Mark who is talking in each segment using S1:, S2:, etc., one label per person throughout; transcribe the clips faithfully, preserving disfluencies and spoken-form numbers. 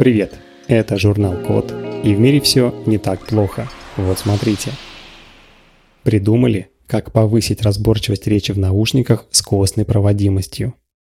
S1: Привет, это журнал Код, и в мире все не так плохо. Вот смотрите. Придумали, как повысить разборчивость речи в наушниках с костной проводимостью.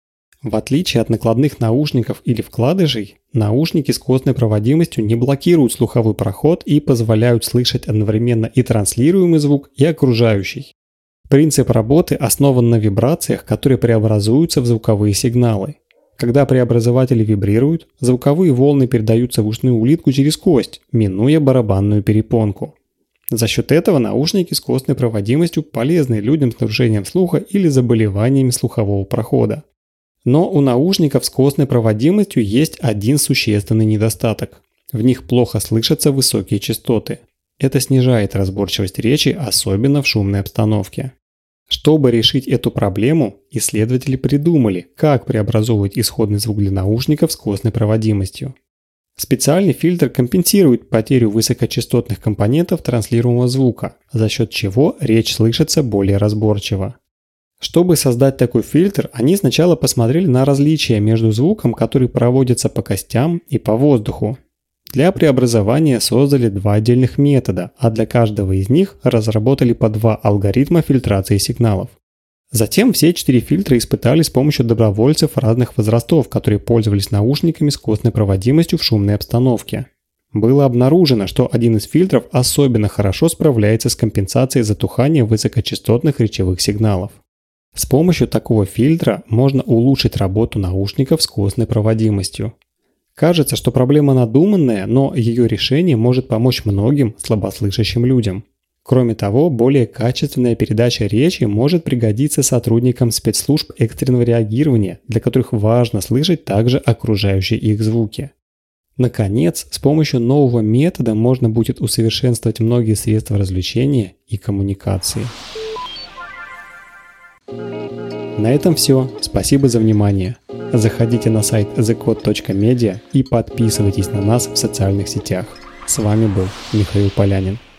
S1: В отличие от накладных наушников или вкладышей, наушники с костной проводимостью не блокируют слуховой проход и позволяют слышать одновременно и транслируемый звук, и окружающий. Принцип работы основан на вибрациях, которые преобразуются в звуковые сигналы. Когда преобразователи вибрируют, звуковые волны передаются в ушную улитку через кость, минуя барабанную перепонку. За счет этого наушники с костной проводимостью полезны людям с нарушением слуха или заболеваниями слухового прохода. Но у наушников с костной проводимостью есть один существенный недостаток. В них плохо слышатся высокие частоты. Это снижает разборчивость речи, особенно в шумной обстановке. Чтобы решить эту проблему, исследователи придумали, как преобразовывать исходный звук для наушников с костной проводимостью. Специальный фильтр компенсирует потерю высокочастотных компонентов транслируемого звука, за счет чего речь слышится более разборчиво. Чтобы создать такой фильтр, они сначала посмотрели на различия между звуком, который проводится по костям, и по воздуху. Для преобразования создали два отдельных метода, а для каждого из них разработали по два алгоритма фильтрации сигналов. Затем все четыре фильтра испытали с помощью добровольцев разных возрастов, которые пользовались наушниками с костной проводимостью в шумной обстановке. Было обнаружено, что один из фильтров особенно хорошо справляется с компенсацией затухания высокочастотных речевых сигналов. С помощью такого фильтра можно улучшить работу наушников с костной проводимостью. Кажется, что проблема надуманная, но ее решение может помочь многим слабослышащим людям. Кроме того, более качественная передача речи может пригодиться сотрудникам спецслужб экстренного реагирования, для которых важно слышать также окружающие их звуки. Наконец, с помощью нового метода можно будет усовершенствовать многие средства развлечения и коммуникации. На этом все. Спасибо за внимание. Заходите на сайт the code точка media и подписывайтесь на нас в социальных сетях. С вами был Михаил Полянин.